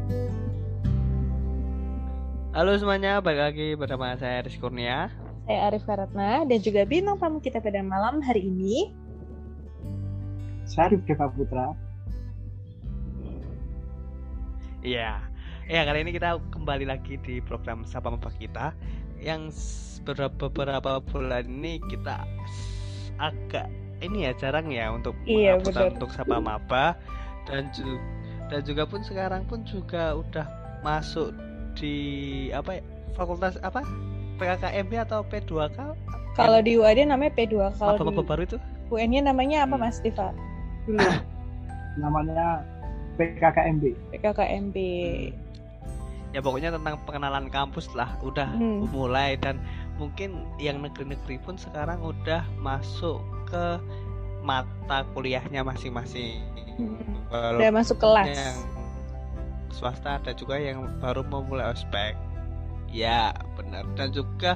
Halo semuanya, balik lagi bersama saya Rizky Kurnia. Saya Arif Karatna dan juga bintang tamu kita pada malam hari ini. Syarif Deva Putra. Iya, kali ini kita kembali lagi di program Sapa Maba kita. Yang beberapa bulan ini kita agak jarang ya untuk untuk Sapa Maba dan juga pun sekarang pun juga udah masuk di fakultas PKKMB atau P2K? Kalau di UAD namanya P2. Kalau di baru itu UN-nya namanya apa Mas Diva? Dulu. Namanya PKKMB. Ya pokoknya tentang pengenalan kampus lah udah mulai, dan mungkin yang negeri-negeri pun sekarang udah masuk ke mata kuliahnya masing-masing. Udah masuk kelas. Yang swasta ada juga yang baru memulai ospek. Ya benar. Dan juga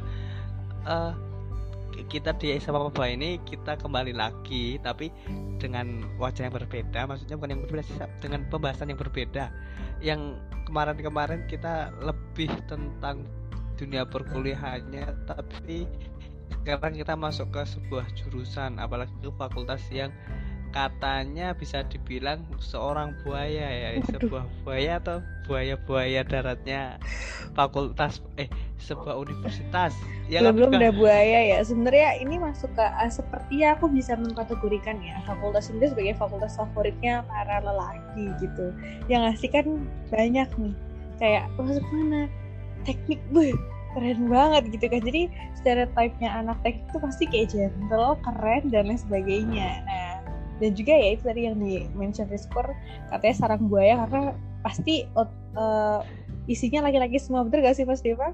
kita di Sapa Maba ini kita kembali lagi, tapi dengan wajah yang berbeda. Maksudnya bukan yang berbeda sih, dengan pembahasan yang berbeda. Yang kemarin kita lebih tentang dunia perkuliahannya, tapi sekarang kita masuk ke sebuah jurusan, apalagi ke fakultas yang katanya bisa dibilang seorang buaya ya, sebuah buaya atau buaya daratnya fakultas sebuah universitas. Ya belum udah buaya ya. Sebenarnya ini masuk ke sepertinya aku bisa mengkategorikan ya fakultas ini sebagai fakultas favoritnya para lelaki gitu. Yang ngasih kan banyak nih. Kayak masuk mana? Teknik, keren banget gitu kan. Jadi stereotipnya anak teknik itu pasti kayak gentle, keren dan lain sebagainya. Nah, dan juga ya itu tadi yang di mention Rizkur katanya sarang buaya karena pasti isinya laki-laki semua, betul gak sih Mas Deva?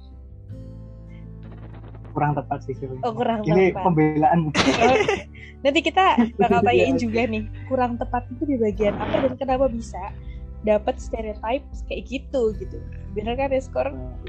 Kurang tepat sih. Kurang ini tepat. Pembelaan. Nanti kita bakal tanyain juga nih kurang tepat itu di bagian apa dan kenapa bisa dapat stereotype kayak gitu. Bener kan Rizkur?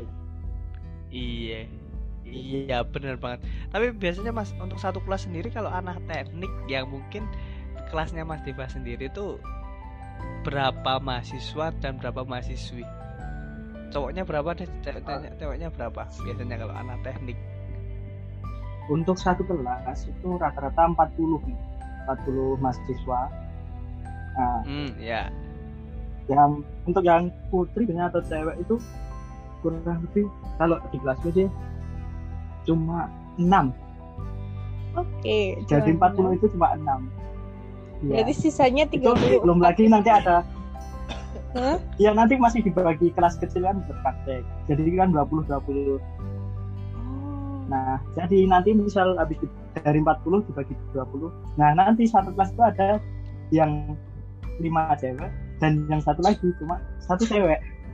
Iya benar banget. Tapi biasanya Mas untuk satu kelas sendiri kalau anak teknik yang mungkin kelasnya Mas Deva sendiri tuh berapa mahasiswa dan berapa mahasiswi? Cowoknya berapa dan ceweknya berapa biasanya kalau anak teknik? Untuk satu kelas itu rata-rata 40 mahasiswa. Nah, ya. Yang untuk yang putri atau cewek itu kurang lebih kalau di kelasku sih cuma 6. Oke. Jadi 40 itu cuma 6. Berarti sisanya 30. Belum lagi nanti ada ya nanti masih dibagi kelas kecil kan berpraktek. Jadi kan 20. Nah, jadi nanti misal habis dari 40 dibagi 20. Nah, nanti satu kelas itu ada yang 5 cewek dan yang satu lagi cuma 1 cewek.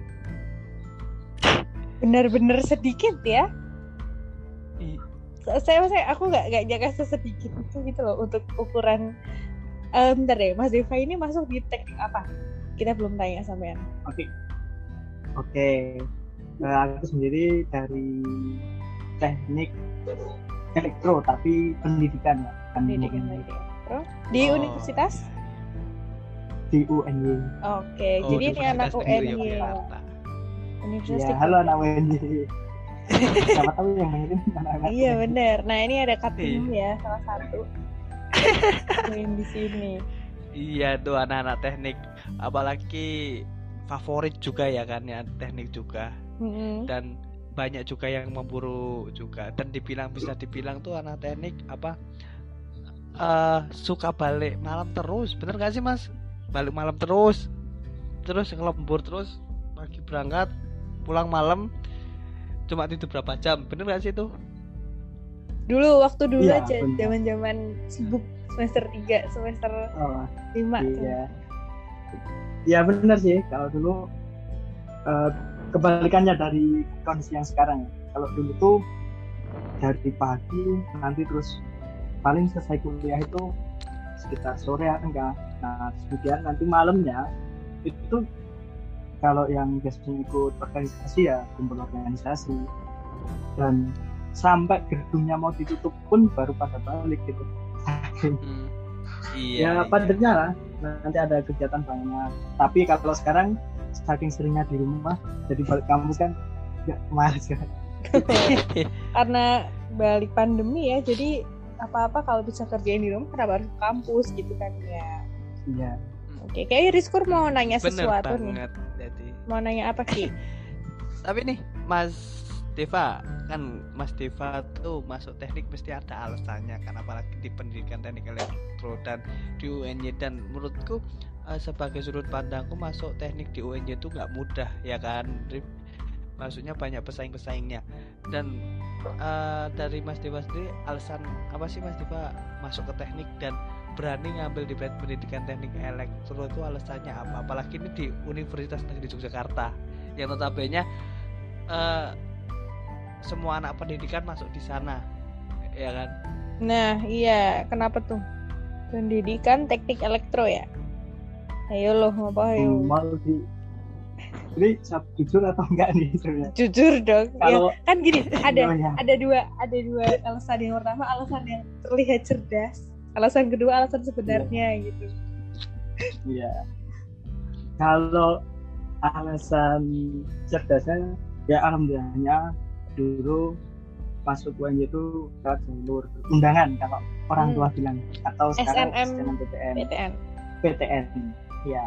Benar-benar sedikit ya. Aku nggak jaga sesedikit itu gitu loh untuk ukuran. Bentar deh, Mas Deva ini masuk di teknik apa? Kita belum tanya sampean. Oke. Aku sendiri dari teknik elektro tapi pendidikan ya. Pendidikan elektro. Di universitas? Di UNY. Oke, jadi ini anak UNY. Universitas. Ya, halo anak UNY. Siapa tahu yang dengerin anak-anak. Iya benar. Nah ini ada Katim ya, salah satu yang di sini. Iya tuh anak-anak teknik, apalagi favorit juga ya kan ya teknik juga. Dan banyak juga yang memburu juga, dan bisa dibilang tuh anak teknik suka balik malam terus, bener gak sih Mas? Balik malam terus ngelembur terus, pagi berangkat pulang malam cuma tidur berapa jam, bener gak sih itu? Waktu dulu ya, aja zaman sibuk semester 3, semester 5 iya. Ya benar sih, kalau dulu kebalikannya dari kondisi yang sekarang. Kalau dulu tuh dari pagi nanti terus paling selesai kuliah itu sekitar sore enggak. Nah, kemudian nanti malamnya itu kalau yang biasanya ikut organisasi ya kumpul organisasi, dan sampai gedungnya mau ditutup pun baru pada balik gitu. Iya. Ya padatnya lah, nanti ada kegiatan banyak. Tapi kalau sekarang saking seringnya di rumah, jadi balik kampus kan nggak males kan. Karena balik pandemi ya, jadi apa-apa kalau bisa kerjain di rumah kenapa harus ke kampus gitu kan ya. Iya. Oke, kayaknya Rizkur mau nanya Bener sesuatu banget. nih. Jadi, Mau nanya apa Ki? tapi nih Mas Deva, kan Mas Deva tuh masuk teknik mesti ada alasannya kan, apalagi di pendidikan teknik elektro dan di UNY. Dan menurutku sebagai sudut pandangku masuk teknik di UNY itu nggak mudah ya kan, Rif? Maksudnya banyak pesaing-pesaingnya. Dan dari Mas Deva sendiri, alasan apa sih Mas Deva masuk ke teknik dan berani ngambil di pendidikan teknik elektro itu alasannya apa? Apalagi ini di Universitas Negeri Yogyakarta yang notabene semua anak pendidikan masuk di sana, ya kan? Nah, iya, kenapa tuh? Pendidikan teknik elektro ya? Ayo loh, apa ayo? Mau di ini jujur atau enggak nih sebenarnya? Jujur dong. Kalau Ya, kan gini, ya. ada dua alasan. Yang pertama alasan yang terlihat cerdas, alasan kedua alasan sebenarnya gitu. Iya. Kalau alasan cerdasnya ya alhamdulillahnya dulu masuk UNY itu lewat jalur undangan kalau orang tua bilang, atau sekarang SNM PTN. Ya.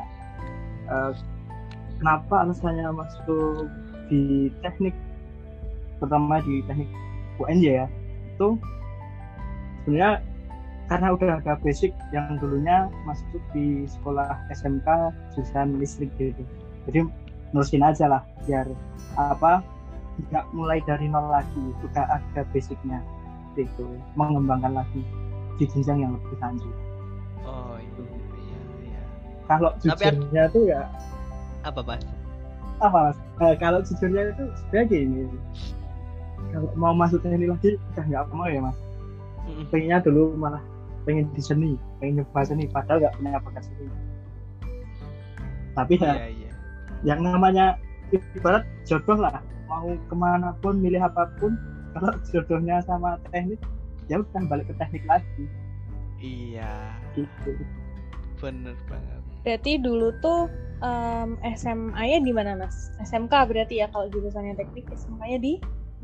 Kenapa alasannya masuk di teknik, pertama di teknik UNY ya, itu sebenarnya karena udah ada basic yang dulunya masuk di sekolah SMK jurusan listrik gitu, jadi nurusin aja lah biar apa, nggak mulai dari nol lagi, udah ada basicnya itu, mengembangkan lagi di jenjang yang lebih lanjut. Oh iya. Kalau jujurnya tuh ya Apa Mas? Mas? Kalau jujurnya itu sebenarnya gini, kalau mau masuk teknik lagi udah nggak mau ya Mas. Pengennya dulu malah pengen di seni, pengen nyoba seni, padahal nggak punya bakat seni. Tapi Iya. yang namanya ibarat jodoh lah, mau kemana pun, milih apapun, kalau jodohnya sama teknik ya udah balik ke teknik lagi. Iya. Gitu. Bener banget. Berarti dulu tuh SMA-nya di mana Mas? SMK berarti ya, kalau jurusannya teknik SMA-nya di?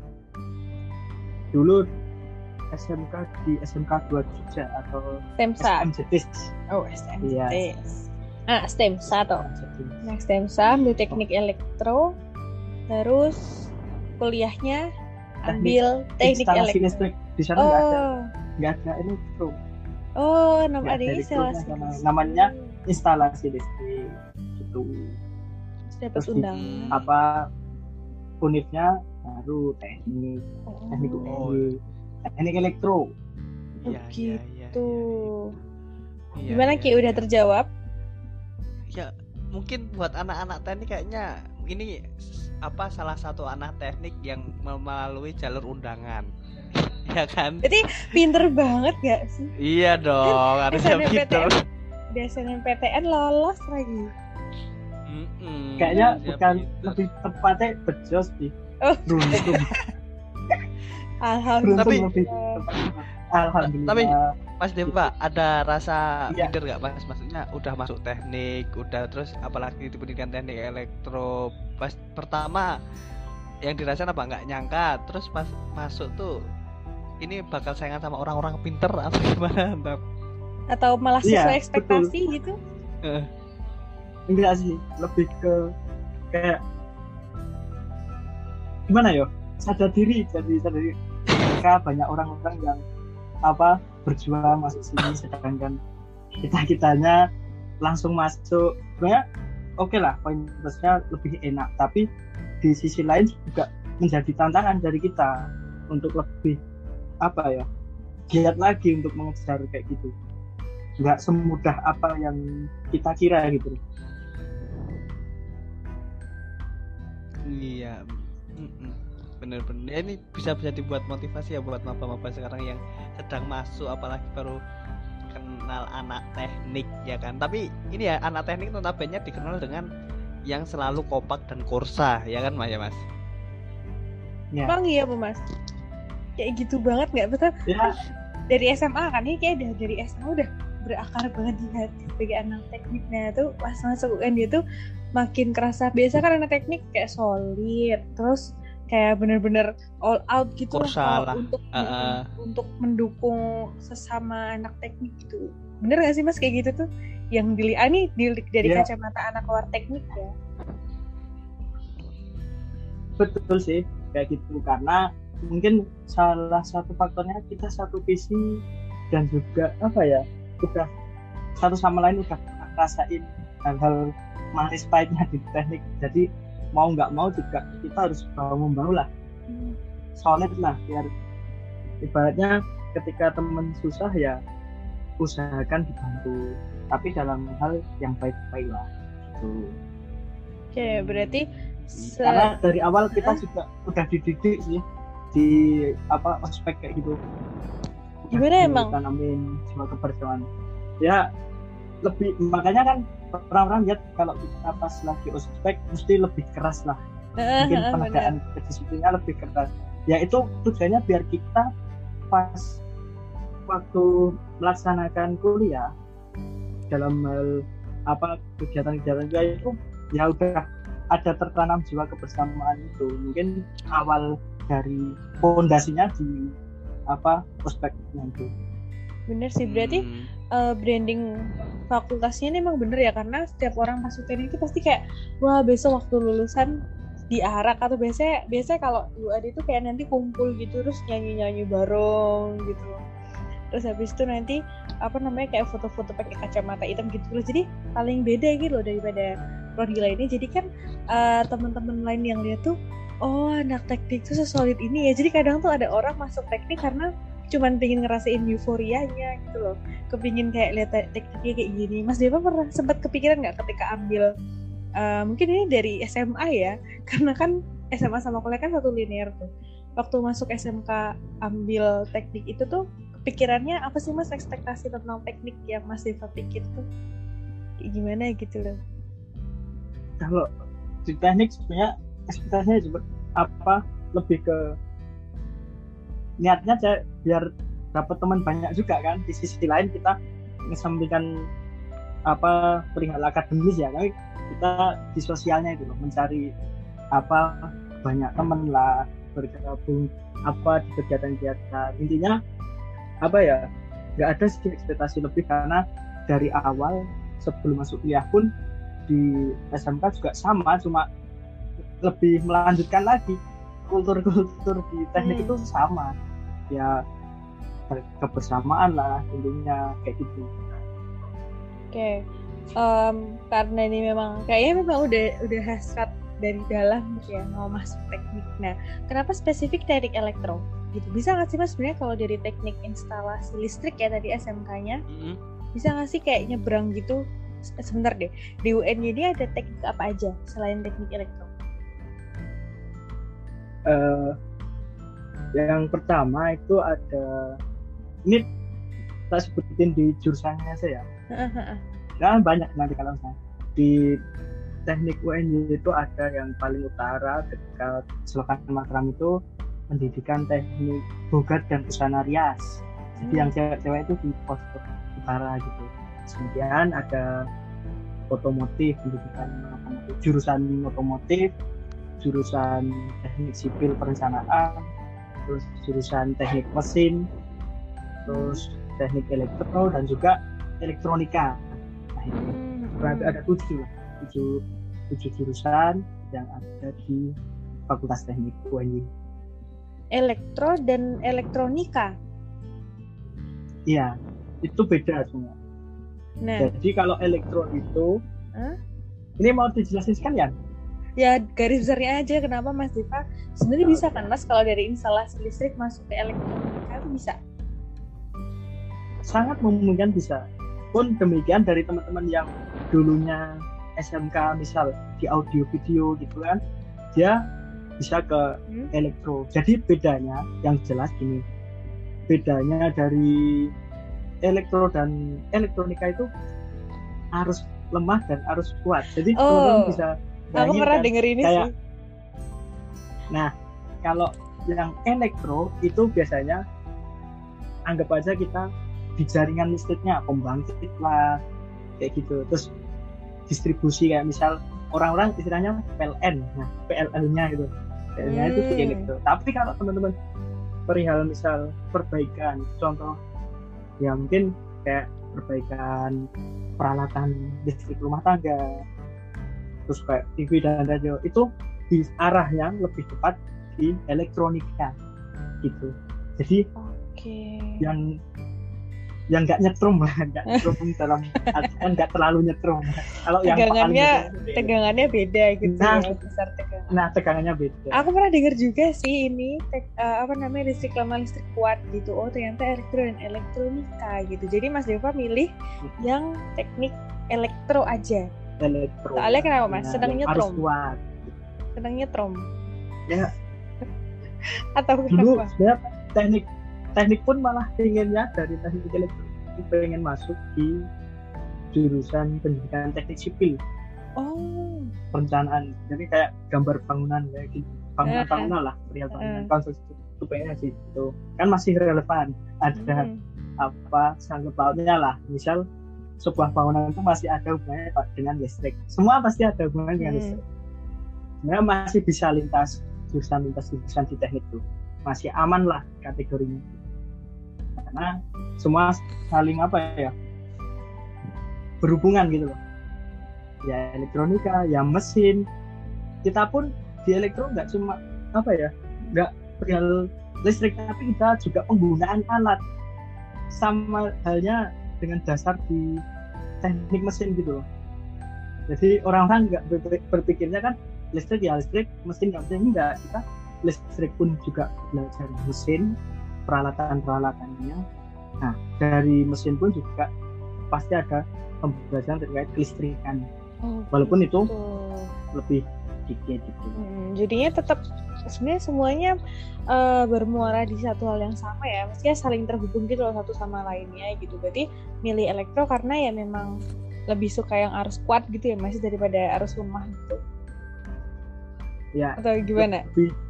Dulu SMK di SMK 2 Jogja atau STEMSA. SMJTIS. Oh, STEMSA. Iya. STEMSA toh. Nah, STEMSA ambil teknik elektro, terus kuliahnya ambil teknik instalasi elektro. listrik. Di sana nggak ada elektro. Oh, Nggak ada ada instalasi. elektronya, namanya instalasi listrik gitu. Dapat Terus undangan. apa unitnya baru teknik UNY, teknik elektro. Iya. Gitu. Iya, Gimana iya, Ki, udah iya. terjawab? Ya mungkin buat anak-anak teknik kayaknya ini apa salah satu anak teknik yang melalui jalur undangan. Ya kan? Berarti pinter banget gak sih? Iya dong, harusnya pinter. Di SNMPTN lolos lagi. Kayaknya harusnya bukan pinter. lebih tepatnya bejos sih. Oh. Beruntung. Alhamdulillah. Tapi- lebih alhamdulillah. Tapi Mas Deva ada rasa Iya. minder gak Mas? Maksudnya udah masuk teknik, udah terus apalagi di pendidikan teknik elektro, pas pertama yang dirasain apa nggak nyangka, terus pas masuk tuh ini bakal saingan sama orang-orang pinter apa gimana? Entah. Atau malah Iya, sesuai ekspektasi gitu? Enggak sih, lebih ke kayak gimana ya, sadar diri. Ketika banyak orang-orang yang apa berjuang masuk sini, sedangkan kita-kitanya langsung masuk, sebenarnya oke lah, poin plusnya lebih enak, tapi di sisi lain juga menjadi tantangan dari kita untuk lebih apa ya, giat lagi untuk mengejar kayak gitu. Nggak semudah apa yang kita kira gitu. Iya, bener-bener. Ya, ini bisa dibuat motivasi ya buat maba-maba sekarang yang sedang masuk, apalagi baru kenal anak teknik ya kan. Tapi ini ya anak teknik notabene dikenal dengan yang selalu kompak dan kursa ya kan Mas ya Mas. Ya. Emang iya Bu Mas? Kayak gitu banget nggak? Betul. Ya, Dari SMA kan, ini kayak dari SMA udah berakar banget di hati sebagai anak teknik. Nah tuh pas masuk UN dia tuh makin kerasa. Biasa kan anak teknik kayak solid, terus kayak bener-bener all out gitu lah Kursa kalau lah. untuk mendukung sesama anak teknik gitu. Bener gak sih Mas kayak gitu tuh? Yang nih dari Iya. kacamata anak luar teknik ya. Betul sih kayak gitu, karena mungkin salah satu faktornya kita satu visi dan juga apa ya, udah satu sama lain udah ngerasain hal-hal manis pahitnya di teknik, jadi mau nggak mau juga kita harus bahu-membahu lah, solid lah, biar ibaratnya ketika temen susah ya usahakan dibantu, tapi dalam hal yang baik-baik lah gitu. Oke, berarti Karena dari awal kita juga udah dididik sih di ospek kayak gitu. Gimana emang? Tanamin jiwa kebersamaan. Ya lebih, makanya kan orang-orang lihat kalau kita pas lagi ospek mesti lebih keras lah. Mungkin penegakan kedisiplinnya lebih keras. Ya itu tujuannya biar kita pas waktu melaksanakan kuliah dalam hal kegiatan-kegiatan itu ya udah ada tertanam jiwa kebersamaan itu. Mungkin awal dari pondasinya di ospek nanti. Bener sih, berarti branding fakultasnya ini emang bener ya, karena setiap orang masuk teknik itu pasti kayak wah besok waktu lulusan diarak, atau biasanya kalau UAD itu kayak nanti kumpul gitu terus nyanyi bareng gitu. Terus habis itu nanti kayak foto-foto pakai kacamata hitam gitu loh. Jadi paling beda gitu loh daripada prodi lainnya. Jadi kan teman-teman lain yang lihat tuh, oh anak teknik tuh sesolid ini ya. Jadi kadang tuh ada orang masuk teknik karena cuman pengen ngerasain euforianya gitu loh, kepingin kayak lihat tekniknya kayak gini. Mas Deva pernah sempat kepikiran nggak ketika ambil mungkin ini dari SMA ya, karena kan SMA sama kuliah kan satu linear tuh. Waktu masuk SMK ambil teknik itu tuh pikirannya apa sih Mas, ekspektasi tentang teknik yang Mas Deva pikir tuh kayak gimana gitu loh? Kalau di teknik sebenarnya ekspektasinya juga lebih ke niatnya aja biar dapat teman banyak juga kan. Di sisi lain kita mengesampingkan perihal akademis ya, tapi kita di sosialnya itu loh, mencari banyak teman lah, bergabung di kegiatan-kegiatan. Intinya nggak ada sih ekspektasi lebih, karena dari awal sebelum masuk kuliah pun di SMK juga sama, cuma lebih melanjutkan lagi kultur di teknik itu sama ya, kebersamaan lah intinya kayak gitu. Oke. Karena ini kayaknya memang udah hasrat dari dalam ya mau masuk teknik. Nah, kenapa spesifik teknik elektro? Gitu. Bisa nggak sih Mas sebenarnya kalau dari teknik instalasi listrik ya tadi SMK-nya, bisa nggak sih kayak nyebrang gitu? Sebentar deh, di UN ini ada teknik apa aja selain teknik elektro? Yang pertama itu ada, ini tak sebutin di jurusannya saya. Nah, banyak nanti kalau saya di teknik UNY itu ada yang paling utara dekat Selokan Mataram itu pendidikan teknik bogat dan busana rias. Jadi yang cewek-cewek itu di pos utara gitu. Kemudian ada otomotif, pendidikan otomotif, jurusan otomotif, jurusan teknik sipil perencanaan, terus jurusan teknik mesin, terus teknik elektro dan juga elektronika. Nah itu berarti ada 7 jurusan yang ada di Fakultas Teknik UNY. Elektro dan elektronika. Iya, itu beda semua. Nah, jadi kalau elektro itu, ini mau dijelaskan ya? Ya garis besarnya aja, kenapa Mas Deva sebenarnya bisa kan Mas kalau dari instalasi listrik masuk ke elektronika itu bisa? Sangat memungkinkan bisa. Pun demikian dari teman-teman yang dulunya SMK misal di audio video gitu kan, dia bisa ke elektro. Jadi bedanya yang jelas gini, bedanya dari elektro dan elektronika itu arus lemah dan arus kuat. Jadi teman-teman bisa aku pernah denger ini kayak, sih. Nah, kalau yang elektro itu biasanya anggap aja kita di jaringan listriknya, pembangkit lah kayak gitu. Terus distribusi kayak misal orang-orang istilahnya PLN, nah PLL-nya gitu, PLL-nya itu di elektro. Tapi kalau teman-teman perihal misal perbaikan, contoh ya mungkin kayak perbaikan peralatan listrik rumah tangga, terus kayak TV dan radio, itu di arahnya lebih tepat di elektronika gitu. Jadi yang nggak nyetrum lah, nggak nyetrum dalam artian nggak terlalu nyetrum. Kalau yang tegangannya beda gitu, besar tegangan. Nah, tegangannya beda. Aku pernah dengar juga sih ini listrik lemah, listrik kuat gitu. Oh, ternyata elektro dan elektronika gitu. Jadi Mas Deva milih yang teknik elektro aja. Elektro. Soalnya kenapa Mas? Sedang nyetrum. Harus kuat. Sedang nyetrum. Ya. Atau dulu kenapa? Sebenarnya teknik pun malah pengennya dari teknik elektronik pengen masuk di jurusan pendidikan teknik sipil. Oh. Perencanaan. Jadi kayak gambar bangunan kayak gitu. Bangunan lah, perihal bangunan konstruksi itu pengennya sih itu. Kan masih relevan. Ada apa sangkut pautnya lah. Misal sebuah bangunan itu masih ada hubungannya dengan listrik. Semua pasti ada hubungannya dengan listrik. Sebenarnya masih bisa lintas jurusan di teknik itu. Masih aman lah kategorinya. Karena semua saling berhubungan gitu loh. Ya elektronika, ya mesin. Kita pun di elektro nggak cuma nggak perihal listrik, tapi kita juga penggunaan alat. Sama halnya dengan dasar di teknik mesin gitu loh. Jadi orang-orang nggak berpikirnya kan listrik ya listrik, mesin nggak mesin, enggak. Kita listrik pun juga belajar mesin, peralatan-peralatannya. Nah, dari mesin pun juga pasti ada pembelajaran terkait kelistrikan. Walaupun itu lebih dikit gitu. Jadinya tetap sebenarnya semuanya bermuara di satu hal yang sama ya. Mestinya saling terhubung gitu loh satu sama lainnya gitu. Berarti milih elektro karena ya memang lebih suka yang arus kuat gitu ya masih daripada arus lemah gitu. Ya. Atau gimana?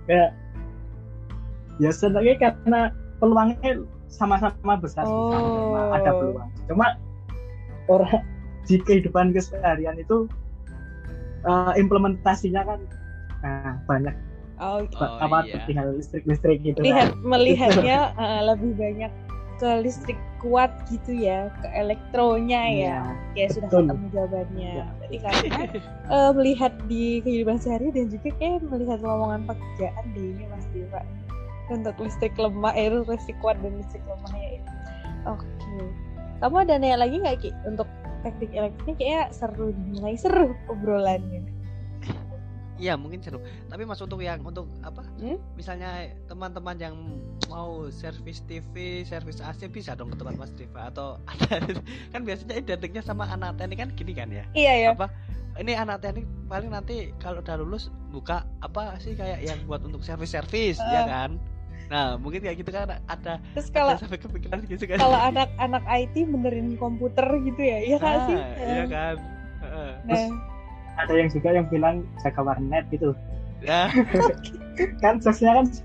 Ya sebenarnya karena peluangnya sama-sama besar, sama ada peluang. Cuma orang di kehidupan keseharian itu implementasinya kan banyak tinggal listrik gitu. Melihatnya lebih banyak ke listrik kuat gitu ya, ke elektronya ya. Ya sudah ketemu jawabannya. Berarti karena melihat di kehidupan sehari dan juga kayak melihat lowongan pekerjaan di ini Mas Deva. Untuk listrik lemah, listrik kuat dan listrik lemahnya itu. Oke. Kamu ada nanya lagi nggak Ki untuk teknik elektronik? Kayaknya seru obrolannya. Iya mungkin seru. Tapi Mas untuk misalnya teman-teman yang mau servis TV, servis AC bisa dong ke tempat Mas Deva atau ada kan biasanya identiknya sama anak teknik kan gini kan ya? Iya ya. Ini anak teknik paling nanti kalau udah lulus buka kayak yang buat untuk servis ya kan? Nah mungkin kayak gitu kan ada. Terus kalau sampai kepikiran gitu kan? Kalau anak IT benerin komputer gitu ya, iya kan sih? Iya kan. Terus ada yang juga yang bilang jaga warnet gitu. Ya. Kan sosnya kan.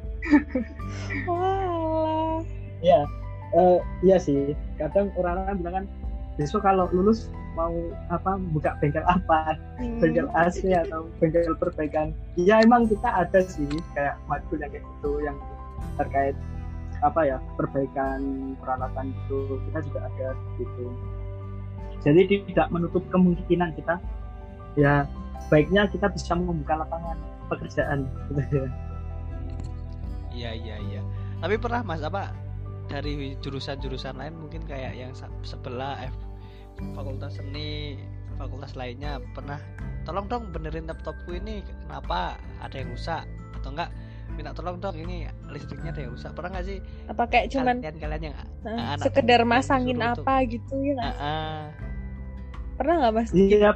Walah. Ya, iya sih. Kadang orang-orang bilang kan besok kalau lulus mau buka bengkel apa, bengkel AC atau bengkel perbaikan. Iya emang kita ada sih kayak modul yang kayak gitu yang terkait perbaikan peralatan gitu. Kita juga ada gitu. Jadi tidak menutup kemungkinan kita ya baiknya kita bisa membuka lapangan pekerjaan gitu ya. Iya. Tapi pernah Mas dari jurusan-jurusan lain mungkin kayak yang sebelah fakultas seni, fakultas lainnya pernah tolong dong benerin laptopku ini kenapa ada yang rusak atau enggak minta tolong dong ini listriknya ada yang rusak, pernah nggak sih? Apa kayak cuman kalian yang sekedar masangin apa gitu ya kan? Pernah nggak Mas? Iya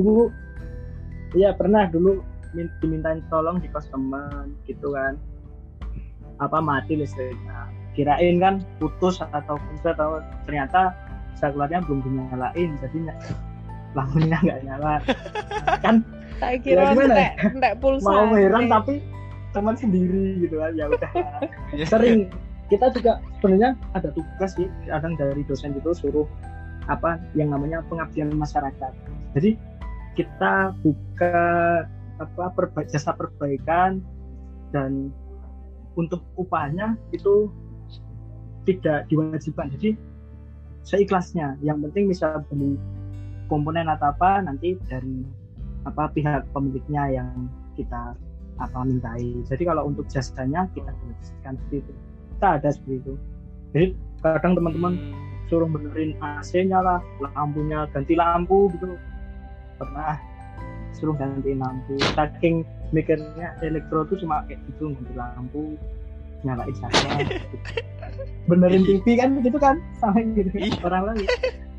pernah dulu dimintain tolong di kos teman gitu kan, mati listriknya, kirain kan putus atau ternyata saklarnya belum dinyalain jadinya lampunya nggak nyala kan. Tak kira enggak pulsa mau heran tapi teman sendiri gitu kan. Ya udah sering kita juga sebenarnya ada tugas sih kadang dari dosen itu suruh yang namanya pengabdian masyarakat. Jadi kita buka jasa perbaikan, dan untuk upahnya itu tidak diwajibkan, jadi seikhlasnya. Yang penting bisa beli komponen atau apa nanti dari pihak pemiliknya yang kita mintai. Jadi kalau untuk jasanya kita gratiskan seperti itu. Kita ada seperti itu. Jadi kadang teman-teman suruh benerin AC-nya lah, lampunya ganti lampu gitu. Pernah suruh gantiin lampu, saking mikirnya elektro tuh cuma kayak gitu, ganti lampu, nyalain saja gitu. Benerin TV kan gitu kan, sama gitu orang lain.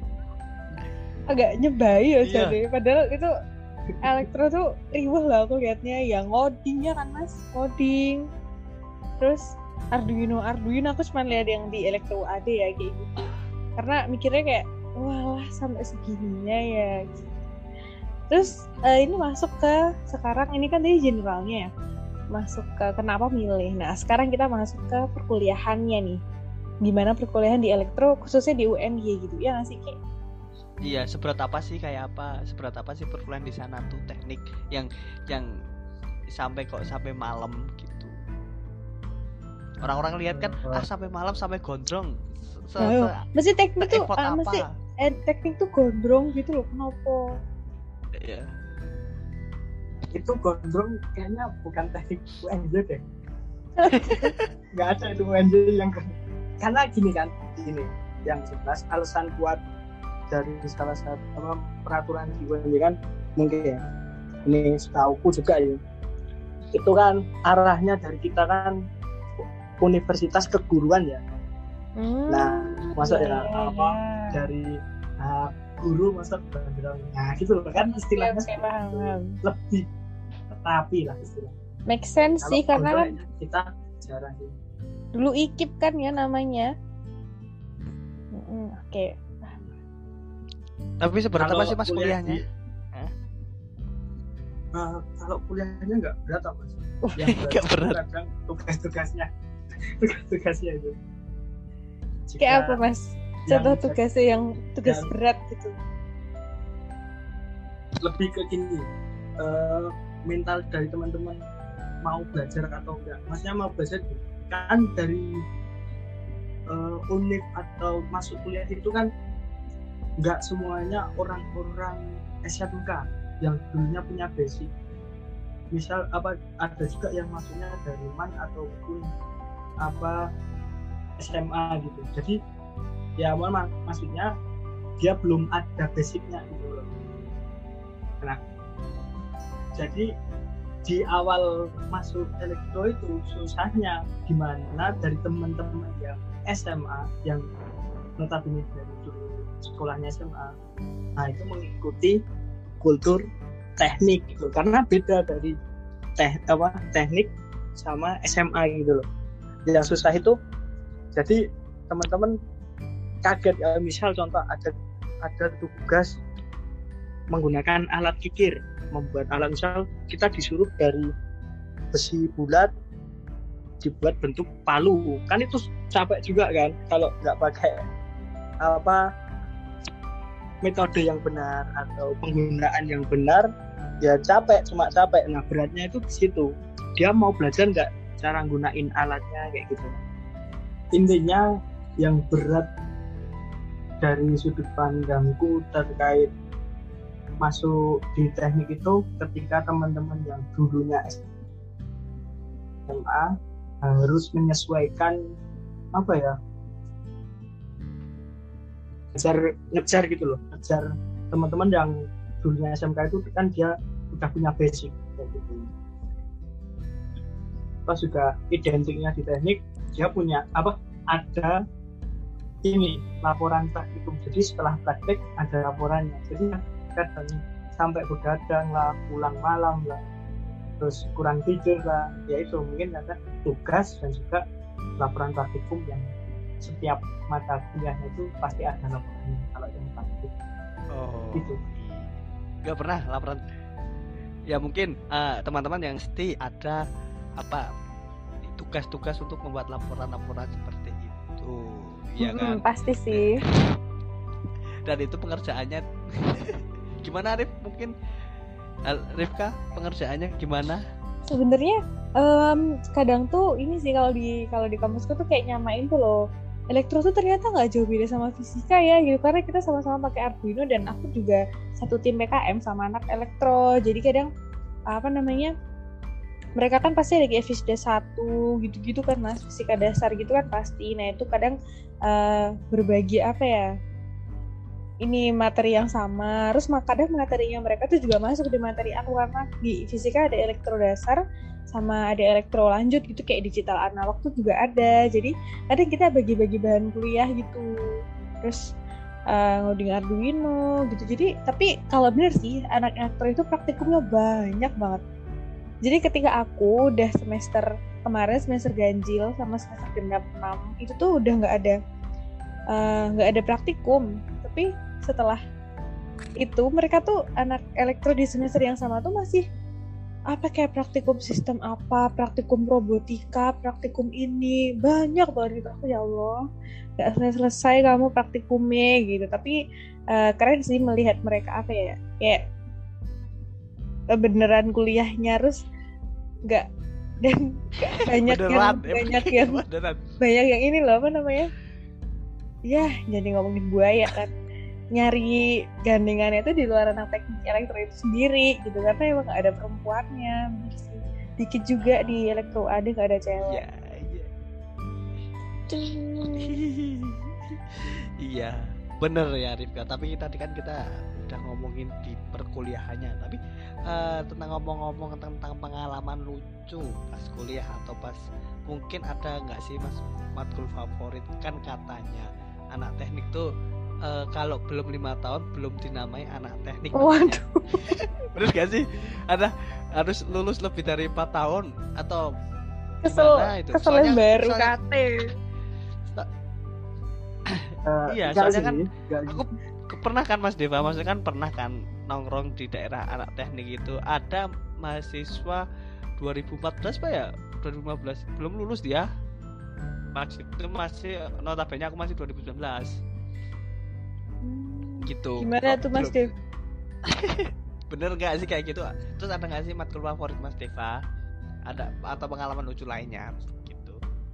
Agak nyebai ya Iya. jadi, padahal itu elektro tuh riweh lah aku liatnya, ya ngodingnya kan mas, ngoding, terus Arduino aku cuma lihat yang di elektro AD ya kayak gitu, karena mikirnya kayak wah sampai segininya ya. Terus ini masuk ke sekarang, ini kan tadi generalnya ya, masuk ke kenapa milih. Nah sekarang kita masuk ke perkuliahannya nih, gimana perkuliahan di elektro khususnya di UNY gitu ya nggak sih Ki? Iya, seberat apa sih perkuliahan di sana tuh, teknik yang sampai malam gitu. Orang-orang lihat kan sampai malam, sampai gondrong. Mesti teknik tuh effort mesti apa? teknik tuh gondrong gitu loh, kenapa? Iya. Itu gondrong kayaknya bukan teknik UNJ deh. Nggak ada itu UNJ yang karena gini yang jelas alasan kuat dari salah satu peraturan di UNJ kan mungkin ya, ini setauku juga ya, itu kan arahnya dari kita kan universitas keguruan ya. Nah masa dari guru masa beneran, nah gitu loh kan istilahnya lebih rapi lah istilahnya. Make sense sih, karena kan kita jarang sih. Dulu IKIP kan ya namanya. Oke. Tapi seberat apa sih mas kuliahnya? Kalau kuliahnya nggak berat apa mas? Nggak berat. Kadang tugas-tugasnya itu. Kayak apa mas? Contoh tugasnya yang tugas berat gitu. Lebih ke gini, mental dari teman-teman mau belajar atau enggak. Maksudnya mau belajar kan dari univ atau masuk kuliah itu kan enggak semuanya orang-orang SMK yang dulunya punya basic. Misal ada juga yang masuknya dari MAN ataupun SMA gitu. Jadi ya maksudnya dia belum ada basicnya gitu loh. Nah, jadi di awal masuk elektro itu susahnya gimana dari teman-teman yang SMA yang notabene dari dulu sekolahnya SMA, nah itu mengikuti kultur teknik gitu, karena beda dari teknik sama SMA gitu loh. Yang susah itu jadi teman-teman kaget ya, misal contoh ada tugas menggunakan alat kikir, membuat alat, misal kita disuruh dari besi bulat dibuat bentuk palu, kan itu capek juga kan kalau nggak pakai metode yang benar atau penggunaan yang benar, ya cuma capek. Nah beratnya itu di situ, dia mau belajar nggak cara gunain alatnya kayak gitu. Intinya yang berat dari sudut pandangku terkait masuk di teknik itu ketika teman-teman yang dulunya SMA harus menyesuaikan ngejar gitu loh, ngejar teman-teman yang dulunya SMK itu kan dia udah punya basic kayak gitu. Pas juga identiknya di teknik dia punya ada ini laporan praktikum, jadi setelah praktek ada laporannya, jadi kadang sampai begadang lah, pulang malam lah, terus kurang tidur lah, ya itu mungkin karena tugas dan juga laporan praktikum yang setiap mata kuliahnya itu pasti ada laporannya kalau yang praktik. Gitu. Gak pernah laporan. Ya mungkin teman-teman yang pasti ada tugas-tugas untuk membuat laporan-laporan seperti itu, ya kan? Pasti sih. Dan itu pengerjaannya gimana Arif? Mungkin Rifka, pengerjaannya gimana? Sebenarnya kadang tuh ini sih kalau di kampusku tuh kayak nyamain tuh loh. Elektro tuh ternyata nggak jauh beda sama fisika ya gitu, karena kita sama-sama pakai Arduino dan aku juga satu tim PKM sama anak elektro. Jadi kadang apa namanya, mereka kan pasti ada kayak FISDA 1 gitu-gitu kan mas, fisika dasar gitu kan pasti. Nah itu kadang berbagi apa ya, ini materi yang sama, terus kadang materinya mereka tuh juga masuk di materi aku, karena di fisika ada elektro dasar sama ada elektro lanjut gitu, kayak digital analog tuh juga ada. Jadi kadang kita bagi-bagi bahan kuliah gitu, terus ngoding Arduino gitu. Jadi tapi kalau bener sih anak elektro itu praktikumnya banyak banget. Jadi ketika aku udah semester kemarin, semester ganjil sama semester genap 6 itu tuh udah nggak ada praktikum. Tapi setelah itu mereka tuh anak elektro di semester yang sama tuh masih apa kayak praktikum sistem apa, praktikum robotika, praktikum ini, banyak banget gitu. Aku ya Allah, nggak selesai kamu praktikumnya gitu. Tapi keren sih melihat mereka apa ya, kayak beneran kuliahnya, terus nggak dan nggak banyak Beneran, banyak yang ini loh apa namanya ya, jadi ngomongin buaya kan, nyari gandengannya itu di luar anak teknik elektro itu sendiri gitu, karena emang gak ada perempuannya. Bener sih, dikit juga di elektro ada gak ada cewek. Iya bener ya Rifka. Tapi tadi kan kita udah ngomongin di perkuliahannya, tapi tentang ngomong-ngomong tentang pengalaman lucu pas kuliah atau pas mungkin ada nggak sih mas matkul favorit? Kan katanya anak teknik tuh kalau belum 5 tahun belum dinamai anak teknik. Waduh. Bener gak sih? Ada harus lulus lebih dari 4 tahun atau keselin baru kate. Iya, soalnya kan aku pernah kan Mas Deva, maksudnya kan pernah kan nongkrong di daerah anak teknik itu ada mahasiswa 2014 Pak ya, 2015 belum lulus dia. Masih notabene aku masih 2019. Gitu. Gimana tuh Mas Dev? Bener gak sih kayak gitu? Terus ada gak sih matkul favorit Mas Deva? Ada atau pengalaman lucu lainnya gitu?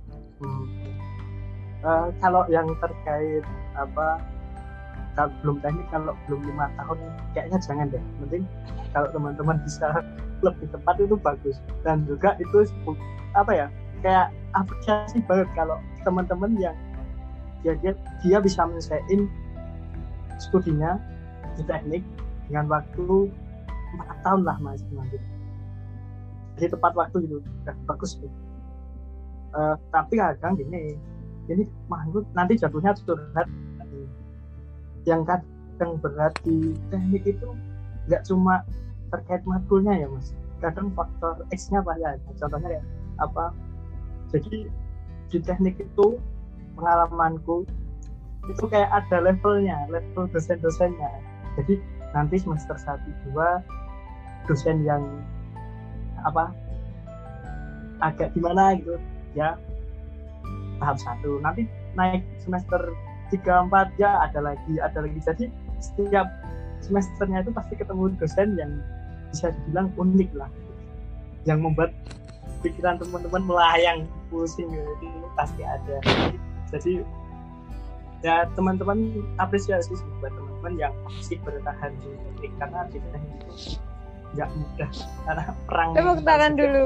Kalau yang terkait apa, kalau belum teknik, kalau belum 5 tahun kayaknya jangan deh. Mending kalau teman-teman bisa lebih tepat itu bagus. Dan juga itu apa ya, kayak apresiasi banget kalau teman-teman yang dia bisa menyelesaikan studinya di teknik dengan waktu 4 tahun lah mas, jadi tepat waktu gitu, udah bagus gitu. Tapi kadang gini, ini makhluk nanti jatuhnya curhat. Yang kadang berat di teknik itu nggak cuma terkait matkulnya ya mas, kadang faktor X-nya apa ya, contohnya ya apa, jadi di teknik itu pengalamanku itu kayak ada level dosen-dosennya. Jadi nanti semester 1-2 dosen yang apa agak gimana gitu ya, tahap 1, nanti naik semester 3-4 ya ada lagi. Jadi setiap semesternya itu pasti ketemu dosen yang bisa dibilang unik lah, yang membuat pikiran teman-teman melayang pusing gitu, pasti ada. Jadi ya teman-teman apresiasi buat teman-teman yang masih bertahan di teknik, karena di teknik itu nggak mudah karena perang. Tepuk tangan dulu.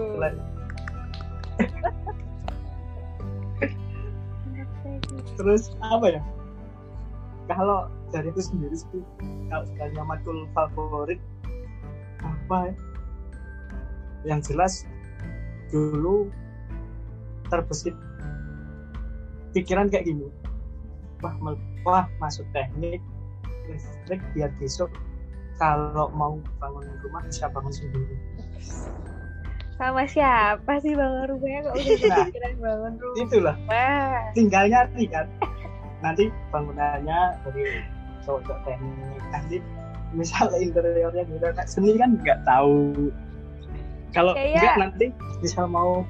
Terus apa ya, kalau dari itu sendiri sih, kalau sekalian matkul favorit apa ya, yang jelas dulu terbesit pikiran kayak gini, wah masuk teknik listrik biar besok kalau mau bangun rumah bisa bangun sendiri. Sama siapa sih bangun rumahnya kok udah kepikiran bangun rumah? Itulah. Tinggal nyari kan. Nanti bangunannya dari cowok teknik. Nanti misalnya interiornya juga kayak seni kan nggak tahu. Kalau enggak nanti misal mau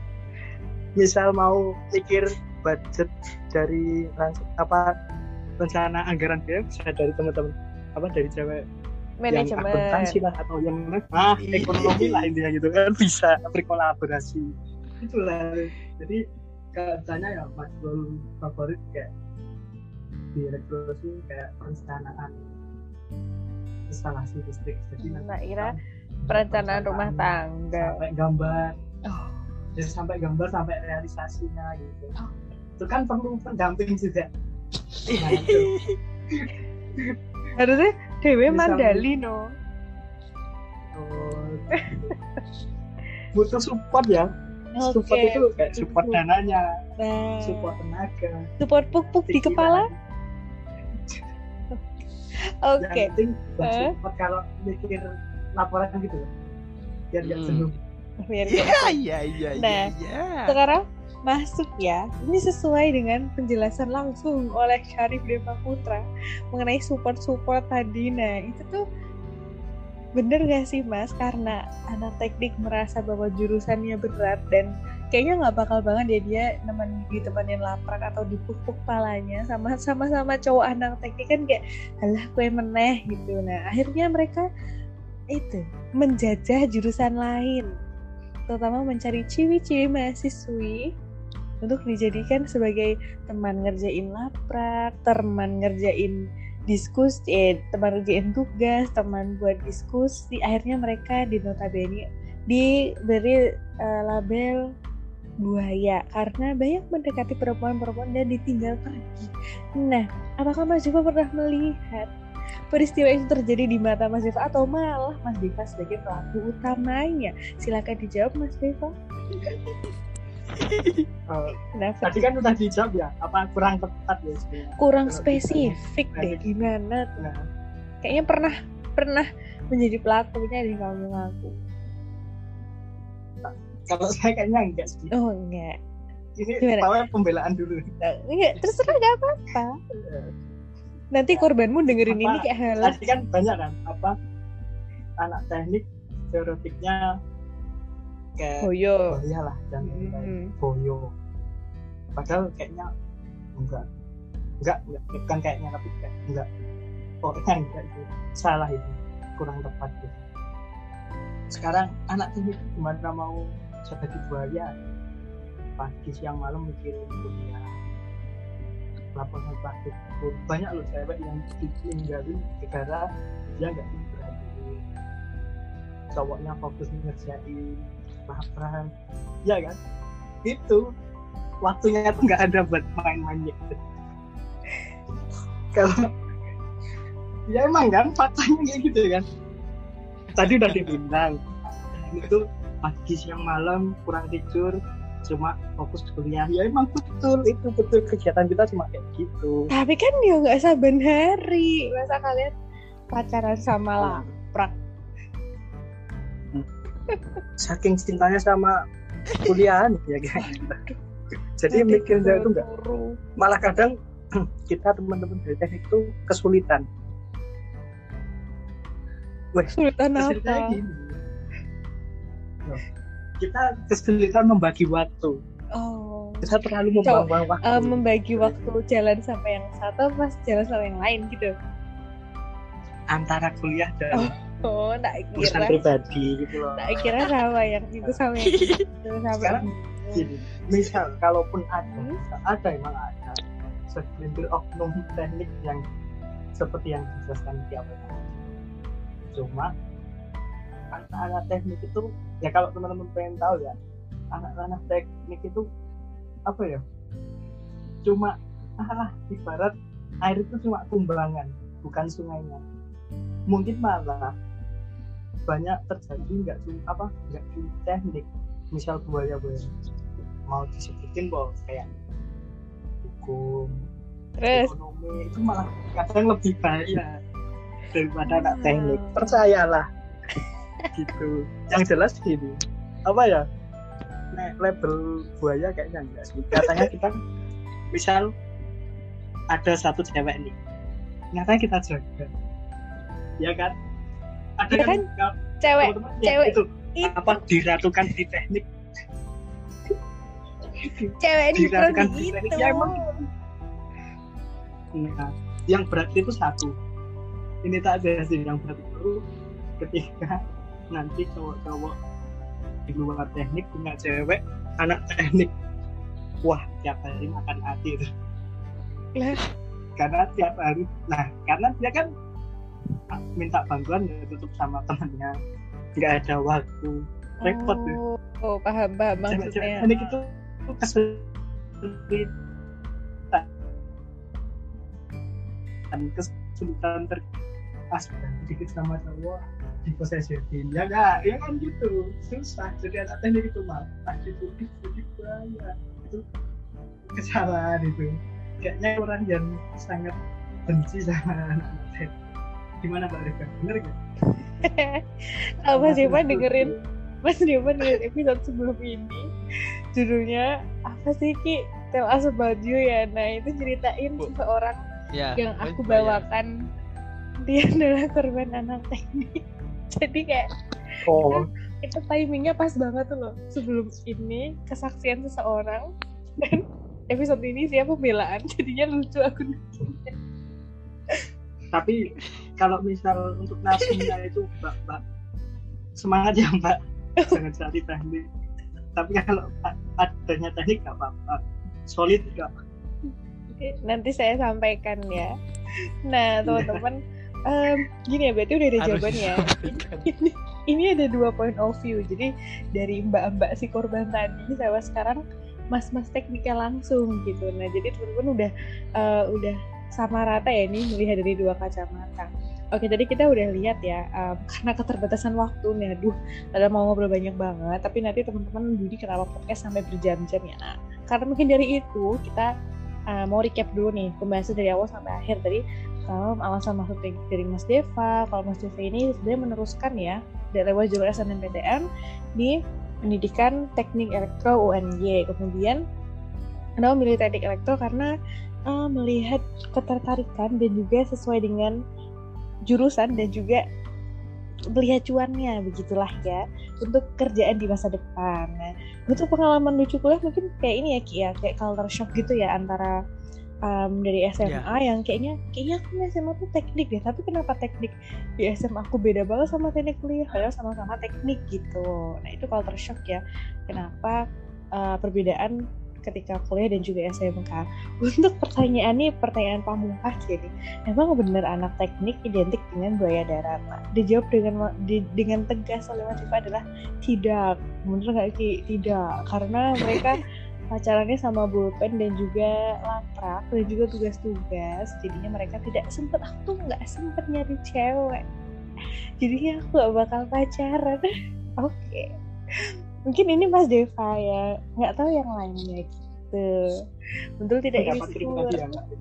pikir budget dari apa rencana anggaran dia bisa dari teman-teman apa dari cewek yang Manajemen. akuntansi lah atau yang ekonomi lah intinya gitu kan bisa berkolaborasi itulah. Jadi katanya ya matkul favorit kayak di elektrosi kayak perencanaan instalasi listrik. Jadi Tak kira perencanaan rumah tangga. sampai gambar sampai gambar sampai realisasinya gitu. Itu kan perlu pendamping juga. Nah, itu. Harusnya Dewe Bisa mandali no. Butuh support ya. Support Oke. itu kayak support dananya, Nah, support tenaga. support pupuk di pikiran. kepala. Yang Oke. penting support kalau mikir laporan gitu loh. Biar nggak jenuh. Biar Iya kita- iya iya Nah, iya. Sekarang masuk ya. Ini sesuai dengan penjelasan langsung oleh Syarif Deva Putra mengenai support tadi. Nah, itu tuh bener gak sih Mas? Karena anak teknik merasa bahwa jurusannya berat dan kayaknya nggak bakal banget ya dia ditemenin laprak atau dipupuk palanya sama cowok anak teknik kan kayak alah gue meneh gitu. Nah, akhirnya mereka itu menjajah jurusan lain, terutama mencari ciwi-ciwi mahasiswi untuk dijadikan sebagai teman ngerjain laprak, teman ngerjain diskusi, teman ngerjain tugas, teman buat diskusi. Akhirnya mereka notabene diberi label buaya karena banyak mendekati perempuan-perempuan dan ditinggal pergi. Nah, apakah Mas Diva pernah melihat peristiwa itu terjadi di mata Mas Diva atau malah Mas Diva sebagai pelaku utamanya? Silakan dijawab Mas Diva. Kenapa? Tadi kan udah dijawab ya, apa kurang tepat ya sebenarnya. Kurang Kalau spesifik ditanya, deh gimana tuh? Nah, Kayaknya pernah menjadi pelakunya di kamu ngaku. kalau saya kayaknya enggak sih. Oh enggak. Ini Gimana? pawai pembelaan dulu. Enggak, terserah gak apa-apa. Nanti korbanmu dengerin Apa, ini kayak halas. Tadi kan banyak kan apa anak teknik stereotipnya kayak Boyo. boya lah dan boyo. Padahal kayaknya enggak bukan kayaknya tapi kayak enggak. Pokoknya enggak itu salah itu, kurang tepat gitu. Sekarang anak teknik gimana mau jadi buaya? Pagi siang malam mikirin kuliah, laporan praktik. Banyak loh cewek yang ditinggalin gara dia nggak berani, cowoknya fokus ngerjain laporan, ya kan? Itu waktunya tuh nggak ada buat main-main gitu. Kalau ya emang kan faktanya kayak gitu kan. Tadi udah dibilang itu pagi siang malam kurang tidur cuma fokus kuliah. Ya emang betul kegiatan kita cuma kayak gitu. Tapi kan dia nggak saban hari. Masa kalian pacaran sama laprak? Saking cintanya sama kuliahan ya kayak gitu. Jadi mikir itu enggak. Malah kadang kita teman-teman dari teknik itu kesulitan. Kesulitan Kesulitannya apa? gini. Loh, kita kesulitan membagi waktu. Oh. Kita terlalu membuang waktu. Membagi waktu jalan sama yang satu pas jalan sama yang lain gitu. Antara kuliah dan Oh, tak urusan kira. pribadi gitu loh. Tak kira sama yang itu sama yang itu sama. Sekarang gini, misal kalaupun ada emang ada segelintir oknum teknik yang seperti yang dijelaskan di awal. Cuma anak-anak teknik itu ya kalau teman-teman pengen tahu ya, anak-anak teknik itu apa ya, cuma ibarat air itu cuma tumbangan bukan sungainya. Mungkin malah banyak terjadi nggak cuma teknik, misal buaya mau disebutin bahwa kayak hukum, Terus ekonomi itu malah kadang lebih bahaya daripada anak teknik, percayalah. Gitu. Yang jelas gini, apa ya, label buaya kayaknya enggak sih. Katanya kita misal ada satu cewek nih, nyatanya kita jaga, ya kan? Ada Ya kan, cewek itu apa diratukan di teknik, cewek di diratukan prodi di teknik itu. ya emang. Nah, yang berat itu satu. Ini tak ada sih yang berat itu. baru ketika nanti cowok-cowok di luar teknik punya cewek anak teknik, wah tiap hari makan hati itu. Karena tiap hari, karena dia kan minta bantuan ya tutup sama temannya, nggak ada waktu repot ya. Paham maksudnya. Teknik itu kesulitan pas dikit sama cowok di possession ya kan gitu, susah jadi anak teknik itu malah ditutup jadi banyak itu kesalahan itu. Kayaknya orang yang sangat benci sama anak teknik. Gimana Mbak Rika, bener gak? Mas Devan dengerin episode sebelum ini, judulnya apa sih Ki? Tell us about you ya. Nah itu ceritain seseorang yang aku bawakan, dia adalah korban anak teknik. Jadi kayak itu timingnya pas banget tuh loh, sebelum ini kesaksian seseorang dan episode ini dia pembelaan, jadinya lucu aku bikinnya. Tapi kalau misal untuk nasibnya itu Mbak semangat ya Mbak, jangan cari teknik. Tapi kalau adanya teknik gak apa-apa, solid gak. Nanti saya sampaikan ya. Nah teman-teman, gini ya, berarti udah ada jawabannya. Ini ada 2 point of view. Jadi dari mbak-mbak si korban tadi sama sekarang mas-mas tekniknya langsung gitu. Nah jadi teman-teman udah sama rata ya nih melihat dari 2 kacamata. Oke, tadi kita udah lihat ya, karena keterbatasan waktu nih, ada mau ngobrol banyak banget, tapi nanti teman-teman Budi kenapa podcast sampai berjam-jam ya. Nah, karena mungkin dari itu kita mau recap dulu nih pembahasan dari awal sampai akhir tadi. Alasan masuk dari Mas Deva, kalau Mas Deva ini sebenarnya meneruskan ya dari lewat jalur SNMPTN di pendidikan teknik elektro UNY. Kemudian kenapa memilih teknik elektro, karena melihat ketertarikan dan juga sesuai dengan jurusan dan juga melihat cuannya, begitulah ya, untuk kerjaan di masa depan. Nah, untuk pengalaman lucu kuliah mungkin kayak ini ya Ki ya, kayak culture shock gitu ya antara dari SMA yang kayaknya aku SMA tuh teknik deh, tapi kenapa teknik di SMA aku beda banget sama teknik kuliah, padahal sama-sama teknik gitu. Nah itu culture shock ya, kenapa perbedaan ketika kuliah dan juga SMK. Untuk pertanyaan pamungkas jadi, emang benar anak teknik identik dengan buaya darat? Nah, dijawab dengan tegas oleh Mas Iva adalah tidak. Bener nggak Ki? Tidak, karena mereka pacarannya sama pulpen dan juga laprak dan juga tugas-tugas, jadinya mereka tidak sempet, aku tuh nggak sempet nyari cewek, jadinya aku nggak bakal pacaran. Oke. Mungkin ini Mas Deva ya, nggak tahu yang lainnya gitu. Betul tidak insecure?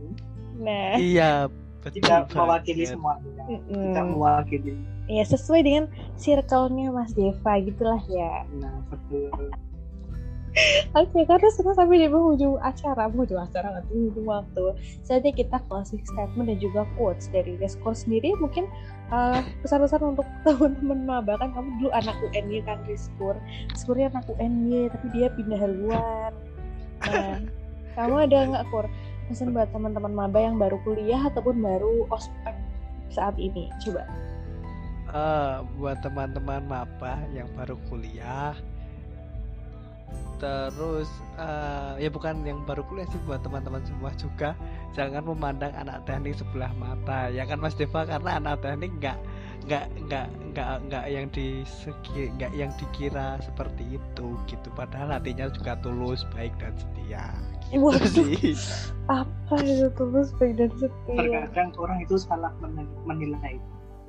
Nah, iya betul. Tidak mewakili semua. Tidak mewakili. Ya sesuai dengan circle-nya Mas Deva gitulah ya. Nah betul. Oke, karena sudah sampai di penghujung acara nggak penghujung waktu. Saatnya kita closing statement dan juga quotes dari Rescore sendiri. Mungkin pesan-pesan untuk teman-teman maba, kan kamu dulu anak UNY kan Rescore-nya anak UNY tapi dia pindah haluan. Nah, kamu ada nggak Kur pesan buat teman-teman maba yang baru kuliah ataupun baru ospek saat ini? Coba. Buat teman-teman maba yang baru kuliah, terus ya bukan yang baru kuliah sih, buat teman-teman semua juga, jangan memandang anak teknik sebelah mata ya kan Mas Deva, karena anak teknik nggak yang dikira seperti itu gitu, padahal hatinya juga tulus, baik dan setia gitu sih. Apa itu tulus, baik dan setia? Terkadang orang itu salah menilai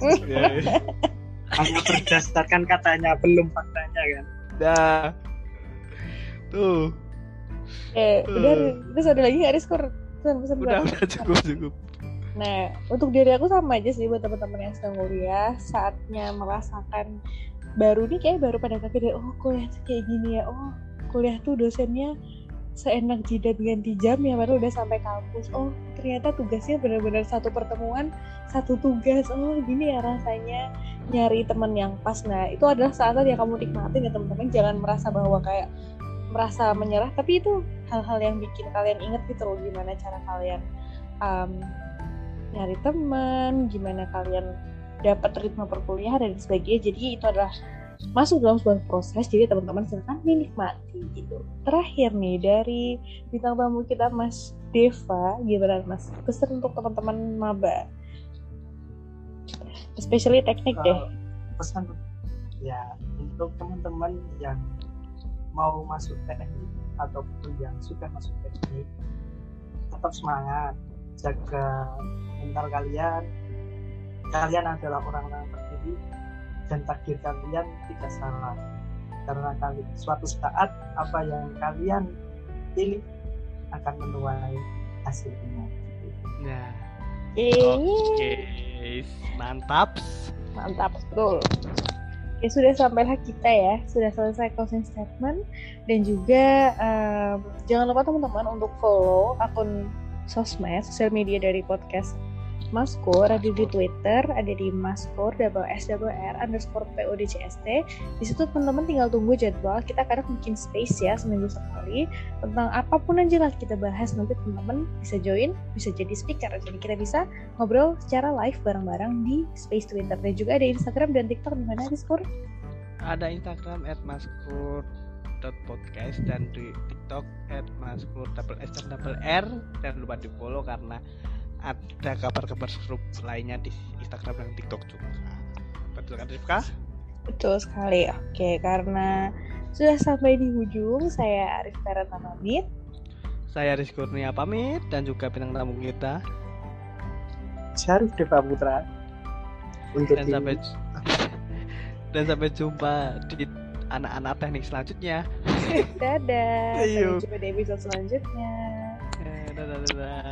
hanya berdasarkan katanya, belum faktanya kan. Nah tuh. Udah, terus ada lagi nggak Skor? Pesan-pesan udah cukup. Nah, untuk diri aku sama aja sih, buat teman-teman yang sedang kuliah, saatnya merasakan baru pada kaget, oh kuliah tuh kayak gini ya, oh kuliah tuh dosennya seenak jidat ganti jam ya, baru udah sampai kampus, oh ternyata tugasnya benar-benar satu pertemuan, satu tugas, oh gini ya rasanya nyari teman yang pas. Nah, itu adalah saat yang kamu nikmatin ya teman-teman, jangan merasa bahwa kayak merasa menyerah, tapi itu hal-hal yang bikin kalian inget gitu loh, gimana cara kalian nyari teman, gimana kalian dapat ritme perkuliahan dan sebagainya. Jadi itu adalah masuk dalam sebuah proses, jadi teman-teman silakan dinikmati gitu. Terakhir nih dari bintang tamu kita Mas Deva, gimana Mas? Pesan untuk teman-teman maba, especially teknik deh. Pesan ya untuk teman-teman yang mau masuk teknik ataupun yang sudah masuk teknik, tetap semangat, jaga mental kalian. Kalian adalah orang-orang terpilih dan takdir kalian tidak salah, karena suatu saat apa yang kalian pilih akan menuai hasilnya. Nah, Oke, mantap. betul. Oke, sudah sampailah kita ya, sudah selesai closing statement. Dan juga jangan lupa teman-teman untuk follow akun sosial media dari podcast Maskur. Ada di Twitter, ada di Maskur _SWR_PODCST. Di situ teman-teman tinggal tunggu jadwal. Kita kadang bikin space ya, seminggu sekali, tentang apapun yang jelas kita bahas. Nanti teman-teman bisa join, bisa jadi speaker. Jadi kita bisa ngobrol secara live bareng-bareng di space Twitter. Dan juga ada Instagram dan TikTok. Di mana Maskur? Ada Instagram @maskur.podcast dan di TikTok @maskur_r. Jangan lupa di follow karena ada kabar-kabar seru lainnya di Instagram dan TikTok juga. Betul kan Rifka? Betul sekali. Oke, karena sudah sampai di ujung, saya Arif Karana pamit. Saya Rizky Kurnia pamit dan juga bintang tamu kita. Syarif Deva Putra. Dan sampai jumpa di anak-anak teknik selanjutnya. Dadah. Ayo. Sampai jumpa di episode selanjutnya. Dadah.